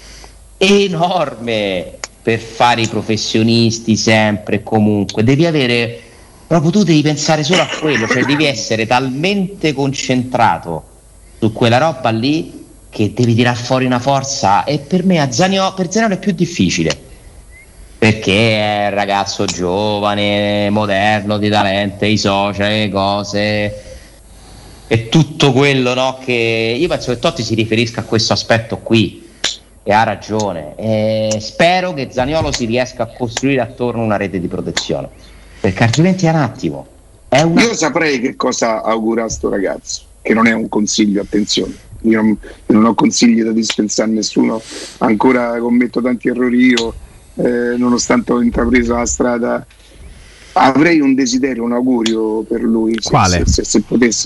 enorme per fare i professionisti sempre e comunque. Devi avere, proprio tu devi pensare solo a quello, cioè devi essere talmente concentrato su quella roba lì che devi tirar fuori una forza. E per me a Zaniolo, per Zaniolo è più difficile, perché è un ragazzo giovane, moderno, di talento, i social, le cose e tutto quello, no? Che io penso che Totti si riferisca a questo aspetto qui, e ha ragione. E spero che Zaniolo si riesca a costruire attorno una rete di protezione, perché altrimenti è un attimo. È una... Io saprei che cosa augura a sto ragazzo, che non è un consiglio, attenzione. Io non, io non ho consigli da dispensare a nessuno, ancora commetto tanti errori io. Eh, nonostante ho intrapreso la strada, avrei un desiderio, un augurio per lui, se, quale? Se, se, se potesse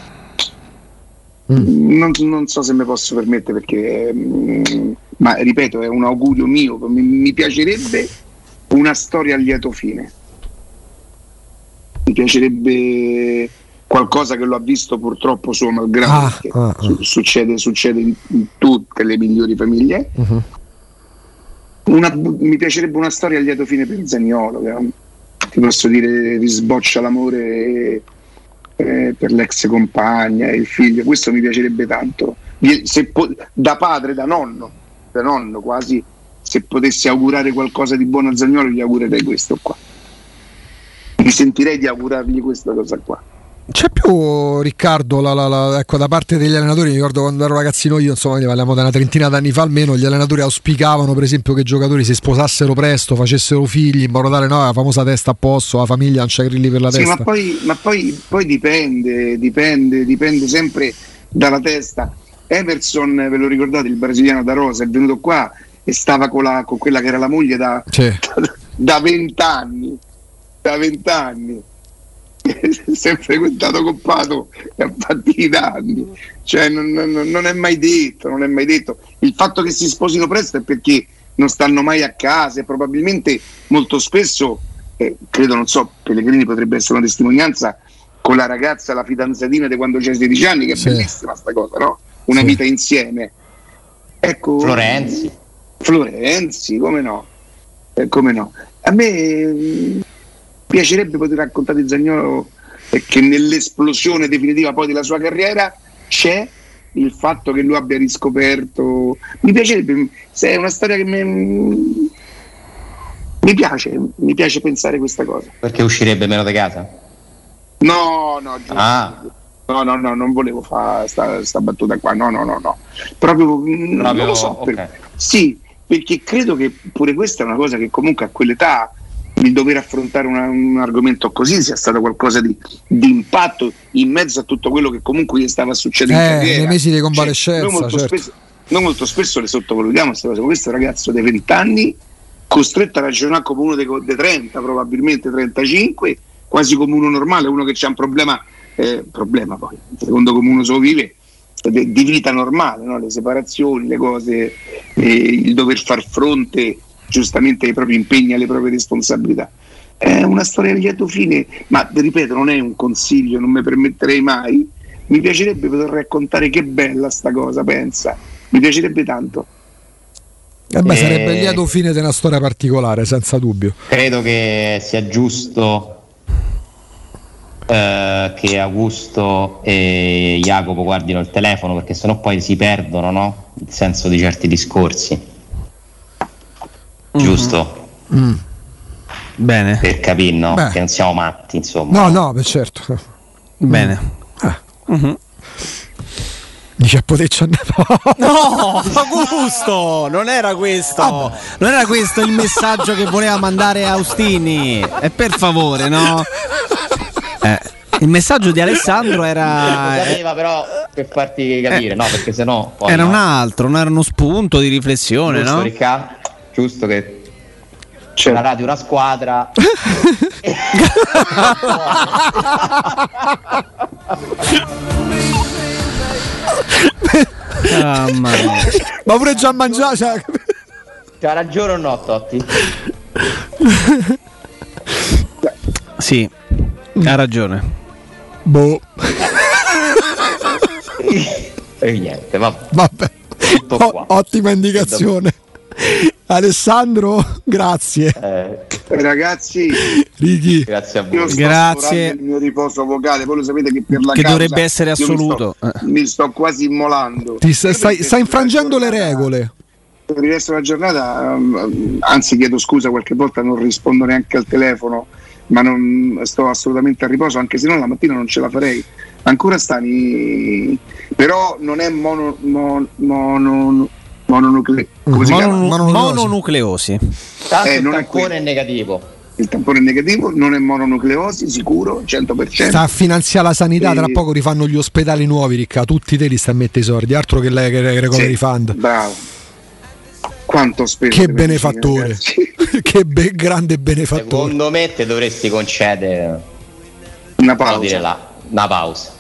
mm. non, non so se mi posso permettere, perché mm, ma ripeto, è un augurio mio. Mi, mi piacerebbe una storia a lieto fine, mi piacerebbe qualcosa che lo ha visto purtroppo suo malgrado, ah, perché ah, su, ah. succede, succede in, in tutte le migliori famiglie. Uh-huh. Una, mi piacerebbe una storia a lieto fine per Zaniolo, che, ti posso dire, risboccia l'amore eh, per l'ex compagna e il figlio. Questo mi piacerebbe tanto, se po- da padre, da nonno, da nonno quasi, se potessi augurare qualcosa di buono a Zaniolo gli augurerei questo qua, mi sentirei di augurargli questa cosa qua. C'è più, Riccardo, la, la, la, ecco, da parte degli allenatori? Mi ricordo quando ero ragazzino io, insomma, parliamo da una trentina d'anni fa almeno, gli allenatori auspicavano per esempio che i giocatori si sposassero presto, facessero figli, in modo tale, no, la famosa testa a posto, la famiglia non c'è grilli per la sì, testa. Ma poi, ma poi, poi dipende, dipende, dipende sempre dalla testa. Emerson, ve lo ricordate, il brasiliano da Rosa, è venuto qua e stava con, la, con quella che era la moglie da vent'anni, da vent'anni. Si è frequentato con Pato e ha fatti i danni, cioè non, non, non è mai detto, non è mai detto. Il fatto che si sposino presto è perché non stanno mai a casa e probabilmente molto spesso, eh, credo, non so, Pellegrini potrebbe essere una testimonianza, con la ragazza, la fidanzatina di quando c'è sedici anni, che è sì. bellissima sta cosa, no? Una sì. vita insieme. Ecco, Florenzi. Florenzi, come no? Eh, come no? A me piacerebbe poter raccontare di Zaniolo, perché nell'esplosione definitiva poi della sua carriera c'è il fatto che lui abbia riscoperto. Mi piacerebbe, se è una storia che mi, mi piace, mi piace pensare questa cosa. Perché uscirebbe meno di casa? No, no, ah. no, no, no, non volevo fare sta, sta battuta qua, no, no, no, no. Proprio, Proprio non lo so. Okay. Per, sì, perché credo che pure questa è una cosa che comunque a quell'età, il dover affrontare una, un argomento così, sia stato qualcosa di, di impatto in mezzo a tutto quello che comunque gli stava succedendo eh, in carriera. Nei mesi di convalescenza, cioè, noi, molto certo. spesso, noi molto spesso le sottovalutiamo queste cose. Questo ragazzo dei venti anni costretto a ragionare come uno dei, dei trenta, probabilmente trentacinque, quasi come uno normale, uno che c'ha un problema, eh, problema poi, secondo come uno se lo vive, di vita normale, no? Le separazioni, le cose, eh, il dover far fronte giustamente ai propri impegni, alle proprie responsabilità. È una storia a lieto fine, ma ripeto, non è un consiglio, non mi permetterei mai. Mi piacerebbe poter raccontare che bella sta cosa, pensa, mi piacerebbe tanto. Eh beh, Eh, sarebbe il lieto fine di una storia particolare, senza dubbio. Credo che sia giusto eh, che Augusto e Jacopo guardino il telefono, perché sennò poi si perdono, no? Il senso di certi discorsi. Mm-hmm. Giusto? Mm. Bene. Per capire, no? Beh. Che non siamo matti, insomma. No, no, beh, certo. Bene. Ah. Mm-hmm. Dice a poterci andare. No, Augusto, non era questo. Ah, non era questo il messaggio che voleva mandare Austini. E per favore, no? Eh, il messaggio di Alessandro era. Lo sapeva, però per farti capire, eh, no? Perché sennò poi era no. un altro, non era uno spunto di riflessione, giusto, no? Ricca? Giusto che C'è la radio, una squadra. Ah, ma pure già mangiato. Cioè... C'ha ragione o no, Totti? Sì, ha ragione. Boh. E niente, vabbè. Vabbè. Tutto qua. O- ottima indicazione. Alessandro, grazie. Eh, Ragazzi, Ricky, grazie a io voi. sto Grazie. il mio riposo vocale, voi lo sapete che per la Che causa dovrebbe essere io assoluto. Mi sto, mi sto quasi immolando. ti stai, stai, stai infrangendo le regole. Per il resto della giornata, um, anzi chiedo scusa, qualche volta non rispondo neanche al telefono, ma non sto assolutamente a riposo, anche se no la mattina non ce la farei. Ancora stani, però non è mono, mono, mono mononucle- come si chiama? Mono- mononucleosi. Tanto Eh, il non è tampone quello. è negativo. Il tampone è negativo, non è mononucleosi, sicuro, cento per cento. Sta a finanziare la sanità, E- tra poco rifanno gli ospedali nuovi, Ricca, tutti te li sta a mettere i soldi, altro che lei che recovery Sì, fund. bravo. Quanto ho speso? Che per benefattore. ragazzi. Che be- grande benefattore. Secondo me te dovresti concedere Una no, dire pausa. là, una pausa.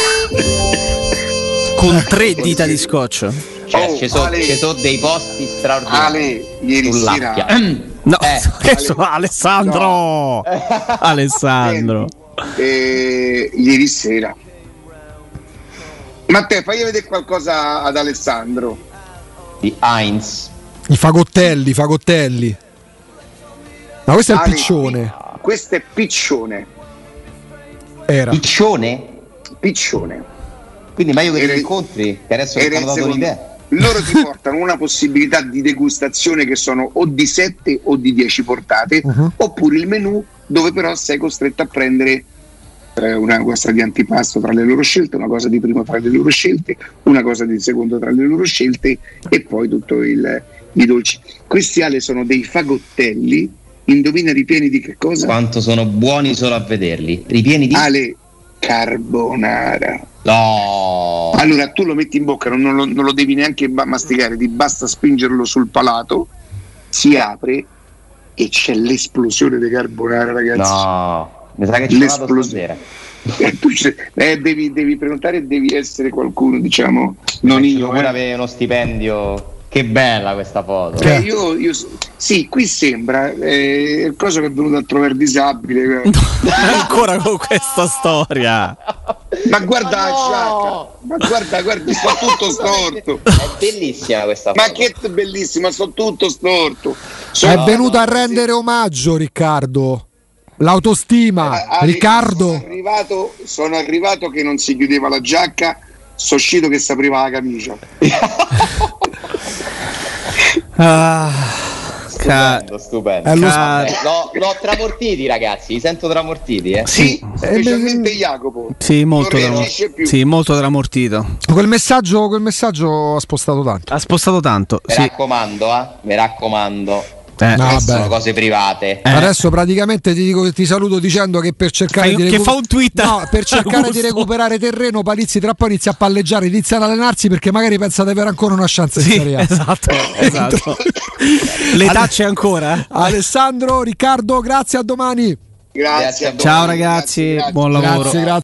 Con tre dita di scotch. Cioè, Oh, ci sono Ale. so dei posti straordinari. Ale, ieri sull'Appia. sera No, Eh, che so, Alessandro. Alessandro. eh, ieri sera. Matteo, fagli vedere qualcosa ad Alessandro. Di Heinz. I fagottelli, i fagottelli. Ma questo è il Ale, piccione. Questo è piccione. Era. Piccione? Piccione. Quindi meglio che Era- li incontri, che adesso Era ti hanno il dato secondo. un'idea. Loro ti portano una possibilità di degustazione che sono o di sette o di dieci portate, Uh-huh. oppure il menù dove però sei costretto a prendere eh, una cosa di antipasto tra le loro scelte, una cosa di primo tra le loro scelte, una cosa di secondo tra le loro scelte e poi tutto il, i dolci. Questi Ale sono dei fagottelli, indovina ripieni di che cosa? Quanto sono buoni solo a vederli. Ripieni di... Ale, carbonara. No. Allora tu lo metti in bocca, non, non lo, non lo devi neanche ba- masticare, ti basta spingerlo sul palato, si apre e c'è l'esplosione di carbonara, ragazzi. No. Mi sa che ci vado L'esplosione. stasera. Eh, tu c'è- eh, devi, devi prenotare e devi essere qualcuno, diciamo, non io. Pure eh. avere uno stipendio. Che bella questa foto. Eh, io, io sì, qui sembra eh, il coso che è venuto a trovare disabile. eh. Ancora con questa storia. Ma guarda Ma la no! sciacca, ma guarda, guarda, sto tutto storto. È bellissima questa foto. Ma che bellissima, sto tutto storto. È Sono- venuto a rendere omaggio, Riccardo. L'autostima, Eh, Ale, Riccardo. Sono arrivato, sono arrivato che non si chiudeva la giacca, sono uscito che si apriva la camicia. Ah, ca- Stupendo, stupendo. Eh, lo ca- Eh, no, no, tramortiti ragazzi, li sento tramortiti, eh. sì, Specialmente Jacopo. sì, molto, non tra- reagisce più. sì, molto tramortito. Quel messaggio, quel messaggio ha spostato tanto. Ha spostato tanto. Mi Sì. raccomando, eh. Mi raccomando. Eh, no, sono cose private. Eh. Adesso praticamente ti dico che ti saluto dicendo che per cercare Fai, di recu- che fa un tweet no, per cercare di recuperare terreno, Palizzi tra poi inizia a palleggiare, inizia ad allenarsi perché magari pensa di avere ancora una chance in sì, Serie A. Esatto, esatto. L'età c'è ancora. Alessandro, Riccardo, grazie, a domani. Grazie, a domani. Ciao ragazzi, grazie, grazie. buon lavoro. Grazie, grazie.